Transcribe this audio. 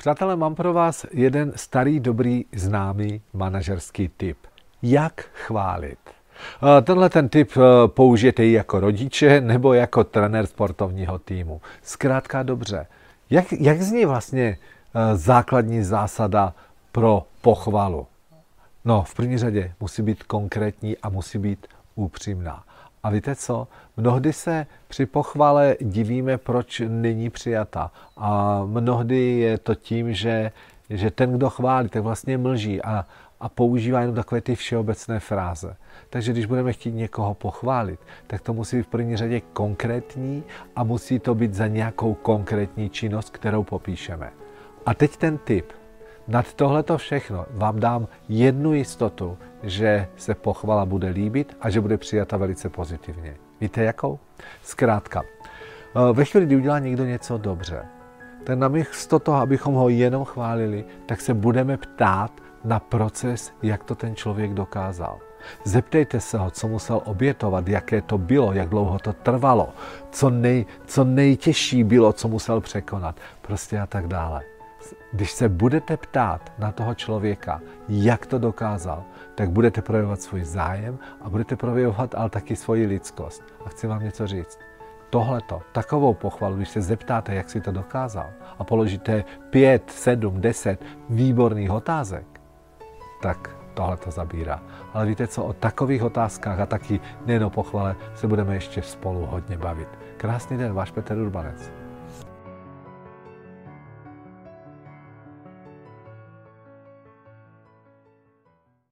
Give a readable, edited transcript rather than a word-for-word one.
Přátelé, mám pro vás jeden starý, dobrý, známý manažerský tip. Jak chválit? Tenhle ten tip použijete i jako rodiče nebo jako trenér sportovního týmu. Zkrátka dobře. Jak zní vlastně základní zásada pro pochvalu? No, v první řadě musí být konkrétní a musí být upřímná. A víte co? Mnohdy se při pochvale divíme, proč není přijata. A mnohdy je to tím, že ten, kdo chválí, tak vlastně mlží a používá jenom takové ty všeobecné fráze. Takže když budeme chtít někoho pochválit, tak to musí být v první řadě konkrétní a musí to být za nějakou konkrétní činnost, kterou popíšeme. A teď ten tip. Nad tohleto všechno vám dám jednu jistotu, že se pochvala bude líbit a že bude přijata velice pozitivně. Víte jakou? Zkrátka, ve chvíli, kdy udělá někdo něco dobře, tak namísto toho, abychom ho jenom chválili, tak se budeme ptát na proces, jak to ten člověk dokázal. Zeptejte se ho, co musel obětovat, jaké to bylo, jak dlouho to trvalo, co nejtěžší bylo, co musel překonat, prostě a tak dále. Když se budete ptát na toho člověka, jak to dokázal, tak budete projevovat svůj zájem a budete projevovat ale taky svoji lidskost. A chci vám něco říct. Tohleto, takovou pochvalu, když se zeptáte, jak si to dokázal a položíte 5, 7, 10 výborných otázek, tak tohle to zabírá. Ale víte co, o takových otázkách a taky nejen o pochvale se budeme ještě spolu hodně bavit. Krásný den, váš Petr Urbanec.